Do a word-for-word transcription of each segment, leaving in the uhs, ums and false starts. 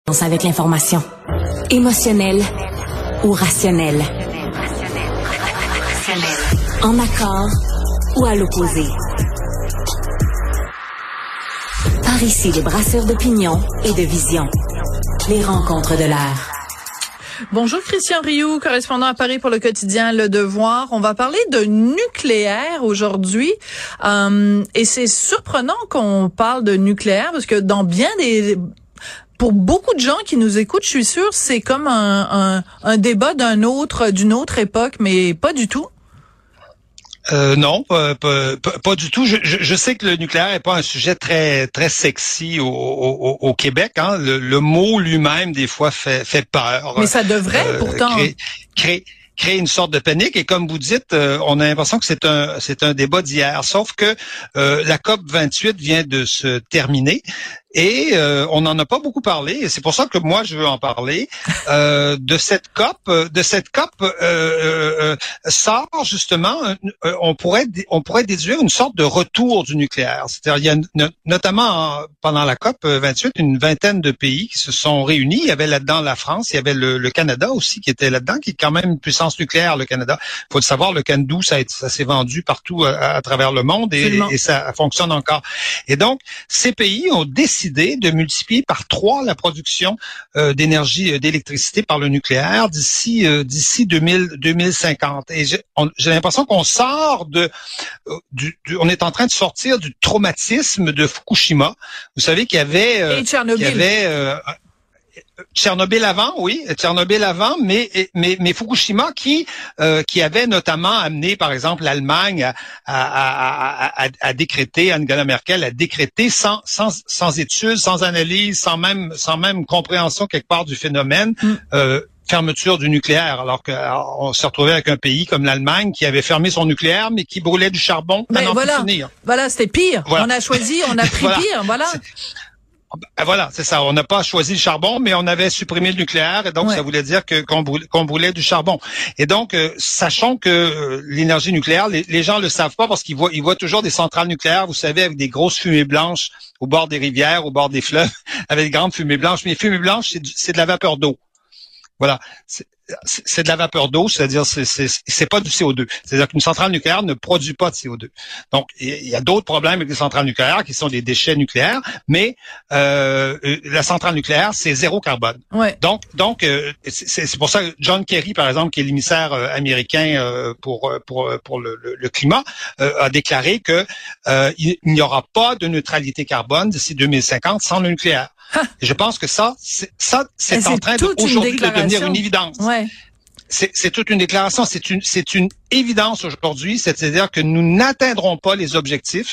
Avec l'information. Émotionnelle ou rationnelle. En accord ou à l'opposé. Par ici, les brasseurs d'opinion et de vision. Les rencontres de l'air. Bonjour Christian Rioux, correspondant à Paris pour le quotidien Le Devoir. On va parler de nucléaire aujourd'hui. Euh, et c'est surprenant qu'on parle de nucléaire parce que dans bien des... Pour beaucoup de gens qui nous écoutent, je suis sûre, c'est comme un, un, un débat d'un autre, d'une autre époque, mais pas du tout. Euh, non, pas, pas, pas, pas du tout. Je, je, je sais que le nucléaire est pas un sujet très très sexy au, au, au Québec. Hein. Le, le mot lui-même, des fois, fait, fait peur. Mais ça devrait, euh, pourtant. Créer, créer, créer une sorte de panique. Et comme vous dites, euh, on a l'impression que c'est un c'est un débat d'hier. Sauf que euh, la COP vingt-huit vient de se terminer. Et euh, on n'en a pas beaucoup parlé, et c'est pour ça que moi je veux en parler. Euh, de cette COP, de cette COP euh, euh, sort justement, euh, on pourrait on pourrait déduire une sorte de retour du nucléaire. C'est-à-dire, il y a no- notamment en, pendant la COP vingt-huit une vingtaine de pays qui se sont réunis. Il y avait là-dedans la France, il y avait le, le Canada aussi qui était là-dedans, qui est quand même une puissance nucléaire. Le Canada, il faut le savoir, le Canadou, ça, ça s'est vendu partout à, à travers le monde et, et ça fonctionne encore. Et donc, ces pays ont décidé de multiplier par trois la production euh, d'énergie, euh, d'électricité par le nucléaire d'ici euh, d'ici deux mille, deux mille cinquante. Et j'ai, on, j'ai l'impression qu'on sort de, euh, du, du, on est en train de sortir du traumatisme de Fukushima. Vous savez qu'il y avait, euh, Et Tchernobyl. qu'il y avait euh, Tchernobyl avant, oui, Tchernobyl avant, mais mais mais Fukushima qui euh, qui avait notamment amené, par exemple, l'Allemagne à à, à, à, à décréter, Angela Merkel a décrété sans sans sans études, sans analyse, sans même sans même compréhension quelque part du phénomène. Mm. Euh, fermeture du nucléaire, alors qu'on s'est retrouvé avec un pays comme l'Allemagne qui avait fermé son nucléaire, mais qui brûlait du charbon à n'en voilà, plus finir. Voilà, c'était pire. Voilà. On a choisi, on a pris voilà. pire, voilà. C'est... Ben voilà, c'est ça. On n'a pas choisi le charbon, mais on avait supprimé le nucléaire, et donc ouais. ça voulait dire que qu'on brûlait, qu'on brûlait du charbon. Et donc, euh, sachant que euh, l'énergie nucléaire, les, les gens le savent pas parce qu'ils voient, ils voient toujours des centrales nucléaires, vous savez, avec des grosses fumées blanches au bord des rivières, au bord des fleuves, avec des grandes fumées blanches. Mais les fumées blanches, c'est, du, c'est de la vapeur d'eau. Voilà. C'est, c'est de la vapeur d'eau, c'est-à-dire c'est, c'est, c'est pas du C O deux. C'est-à-dire qu'une centrale nucléaire ne produit pas de C O deux. Donc, il y a d'autres problèmes avec les centrales nucléaires qui sont des déchets nucléaires, mais euh, la centrale nucléaire, c'est zéro carbone. Ouais. Donc, donc euh, c'est, c'est pour ça que John Kerry, par exemple, qui est l'émissaire euh, américain euh, pour pour pour le, le, le climat, euh, a déclaré que euh, il n'y aura pas de neutralité carbone d'ici deux mille cinquante sans le nucléaire. Et je pense que ça, c'est, ça, c'est, c'est en train de, aujourd'hui de devenir une évidence. Ouais. C'est, c'est toute une déclaration, c'est une, c'est une évidence aujourd'hui, c'est-à-dire que nous n'atteindrons pas les objectifs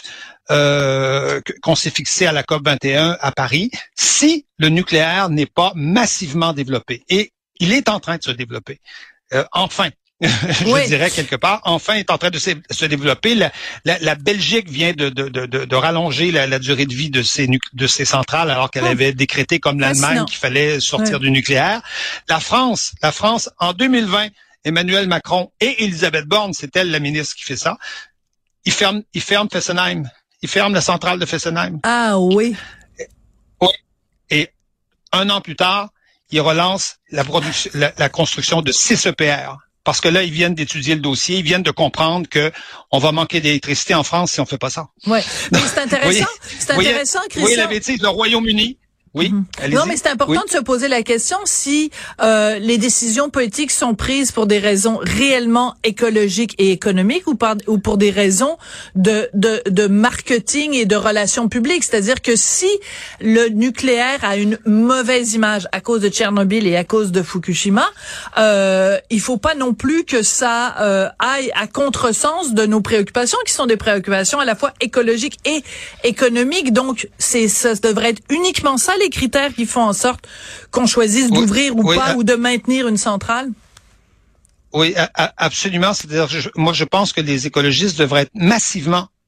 euh, qu'on s'est fixés à la COP vingt et un à Paris si le nucléaire n'est pas massivement développé. Et il est en train de se développer. Euh, enfin. je oui. dirais quelque part, enfin est en train de se, se développer. La, la, la Belgique vient de, de, de, de rallonger la, la durée de vie de ces, de ces centrales alors qu'elle oh. avait décrété comme l'Allemagne oh, qu'il fallait sortir oui. du nucléaire. La France, la France en deux mille vingt, Emmanuel Macron et Elisabeth Borne, c'est elle la ministre qui fait ça, ils ferment, ils ferment Fessenheim. Ils ferment la centrale de Fessenheim. Ah oui. Oui. Et un an plus tard, ils relancent la, production, la, la construction de six E P R. Parce que là, ils viennent d'étudier le dossier, ils viennent de comprendre que on va manquer d'électricité en France si on fait pas ça. Ouais, mais c'est intéressant, c'est intéressant, Christian. Vous voyez la bêtise, le Royaume-Uni. Oui. Mm-hmm. Non, mais c'est important oui. de se poser la question si euh, les décisions politiques sont prises pour des raisons réellement écologiques et économiques ou, par, ou pour des raisons de, de, de marketing et de relations publiques. C'est-à-dire que si le nucléaire a une mauvaise image à cause de Tchernobyl et à cause de Fukushima, euh, il faut pas non plus que ça euh, aille à contresens de nos préoccupations, qui sont des préoccupations à la fois écologiques et économiques. Donc, c'est ça devrait être uniquement ça les critères qui font en sorte qu'on choisisse oui, d'ouvrir ou oui, pas, euh, ou de maintenir une centrale? Oui, a, a, absolument. C'est-à-dire, je, moi, je pense que les écologistes devraient être massivement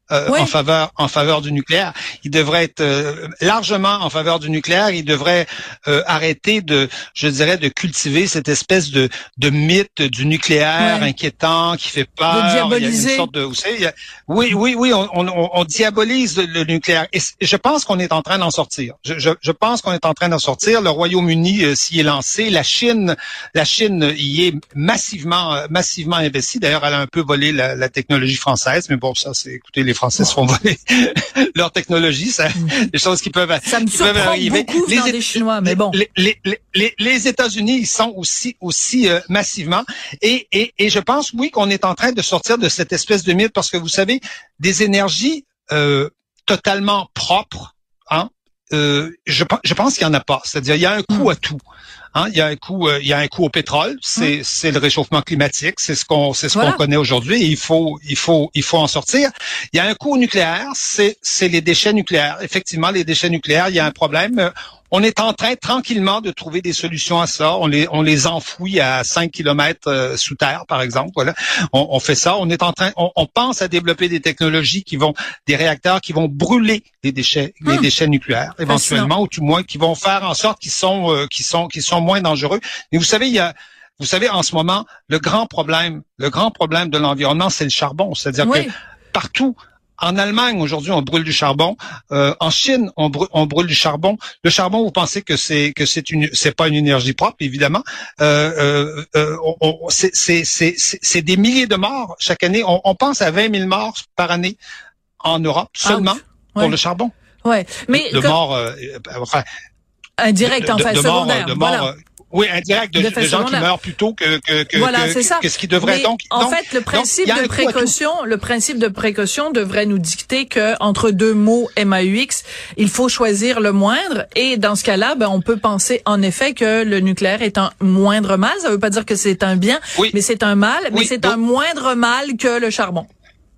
euh, oui. en faveur en faveur du nucléaire. Il devrait être euh, largement en faveur du nucléaire. Il devrait euh, arrêter de, je dirais, de cultiver cette espèce de de mythe du nucléaire ouais. inquiétant qui fait peur. De diaboliser. Il y a une sorte de, vous savez, il y a, oui, oui, oui, on, on, on diabolise le, le nucléaire. Et je pense qu'on est en train d'en sortir. Je, je, je pense qu'on est en train d'en sortir. Le Royaume-Uni euh, s'y est lancé. La Chine, la Chine y est massivement, euh, massivement investie. D'ailleurs, elle a un peu volé la, la technologie française, mais bon, ça, c'est, écoutez, les Français se font voler leur technologie, ça, des choses qui peuvent, ça me qui peuvent arriver. Beaucoup les, des Chinois, mais bon. Les, les, les, les, les États-Unis, ils sont aussi, aussi euh, massivement. Et, et, et je pense, oui, qu'on est en train de sortir de cette espèce de mythe parce que vous savez, des énergies euh, totalement propres, hein, euh, je, je pense qu'il y en a pas. C'est-à-dire, il y a un coût à tout. Hein, il y a un coût, euh, il y a un coût au pétrole. C'est, mmh. c'est le réchauffement climatique. C'est ce qu'on, c'est ce voilà. qu'on connaît aujourd'hui. Et il faut, il faut, il faut en sortir. Il y a un coût au nucléaire. C'est, c'est les déchets nucléaires. Effectivement, les déchets nucléaires. Il y a un problème. On est en train tranquillement de trouver des solutions à ça. On les, on les enfouit à cinq kilomètres euh, sous terre, par exemple. Voilà, on, on fait ça. On est en train, on, on pense à développer des technologies qui vont, des réacteurs qui vont brûler les déchets, hum. les déchets nucléaires, éventuellement, ou tout moins qui vont faire en sorte qu'ils sont, euh, qu'ils sont, qu'ils sont moins dangereux. Mais vous savez, il y a, vous savez, en ce moment, le grand problème, le grand problème de l'environnement, c'est le charbon. C'est-à-dire oui. que partout. En Allemagne, aujourd'hui, on brûle du charbon. Euh, en Chine, on brûle, on brûle du charbon. Le charbon, vous pensez que c'est que c'est une, c'est pas une énergie propre, évidemment. Euh, euh, euh, on, on, c'est, c'est, c'est, c'est des milliers de morts chaque année. On, on pense à vingt mille morts par année en Europe seulement ah, oui. pour ouais. le charbon. Ouais, mais de, de comme... morts, euh, enfin indirect, en fait, de, de secondaire. Mort, de voilà. Mort, Oui, indirect, de, de, de gens qui meurent plutôt que que que, voilà, que, c'est ça. que ce qui devrait. Mais donc, en donc, fait, le principe donc, de précaution, le principe de précaution devrait nous dicter que entre deux mots M A U X, il faut choisir le moindre. Et dans ce cas-là, ben on peut penser en effet que le nucléaire est un moindre mal. Ça veut pas dire que c'est un bien, oui. mais c'est un mal. Oui, mais c'est donc, un moindre mal que le charbon.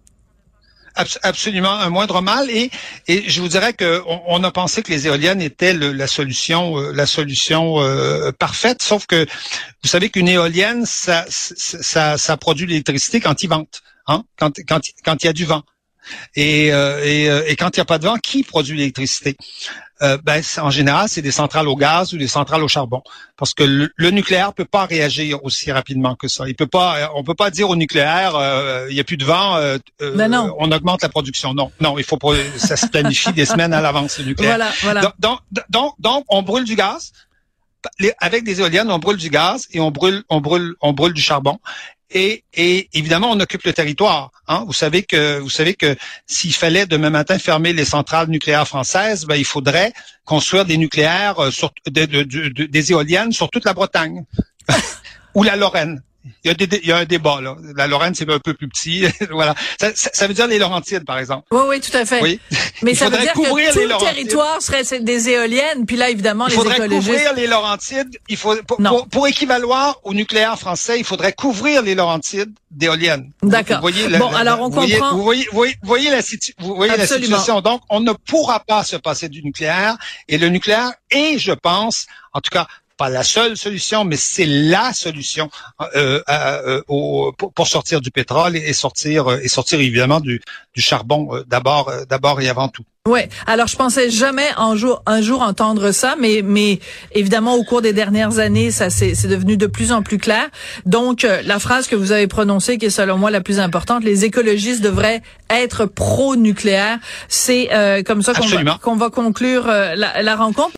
Absolument, un moindre mal. Et, et je vous dirais que on, on a pensé que les éoliennes étaient le, la solution, euh, la solution euh, parfaite. Sauf que vous savez qu'une éolienne, ça, ça, ça produit l'électricité quand il vente, hein, quand, quand, quand il y a du vent. Et, euh, et, et quand il n'y a pas de vent, qui produit l'électricité? Euh, ben, en général, c'est des centrales au gaz ou des centrales au charbon, parce que le, le nucléaire peut pas réagir aussi rapidement que ça. Il peut pas, on peut pas dire au nucléaire, euh, il y a plus de vent, euh, ben non. on augmente la production. Non, non, il faut pas, ça se planifie des semaines à l'avance le nucléaire. Voilà, voilà. Donc, donc, donc, donc, on brûle du gaz. Les, avec des éoliennes, on brûle du gaz et on brûle, on brûle, on brûle du charbon. Et, et évidemment, on occupe le territoire. Hein. Vous savez que vous savez que s'il fallait demain matin fermer les centrales nucléaires françaises, ben il faudrait construire des nucléaires euh, sur de, de, de, de, des éoliennes sur toute la Bretagne ou la Lorraine. Il y a des, il y a un débat là. La Lorraine, c'est un peu plus petit. Voilà. Ça, ça, ça veut dire les Laurentides, par exemple. Oui, oui, tout à fait. Oui. Mais ça veut dire que tout le territoire serait des éoliennes. Puis là, évidemment, les écologistes. Il faudrait couvrir les Laurentides. Il faut pour, pour, pour équivaloir au nucléaire français, il faudrait couvrir les Laurentides d'éoliennes. D'accord. Vous voyez la, bon, la, alors on vous comprend. Voyez, vous voyez, vous voyez la, situ, vous voyez la situation. Donc, on ne pourra pas se passer du nucléaire. Et le nucléaire est, je pense, en tout cas, pas la seule solution, mais c'est la solution euh, euh, au, pour, pour sortir du pétrole et, et sortir et sortir évidemment du, du charbon euh, d'abord euh, d'abord et avant tout. Ouais. Alors je pensais jamais un jour un jour entendre ça, mais mais évidemment au cours des dernières années, ça c'est c'est devenu de plus en plus clair. Donc euh, la phrase que vous avez prononcée, qui est selon moi la plus importante, les écologistes devraient être pro-nucléaire. C'est euh, comme ça qu'on va, qu'on va conclure euh, la, la rencontre.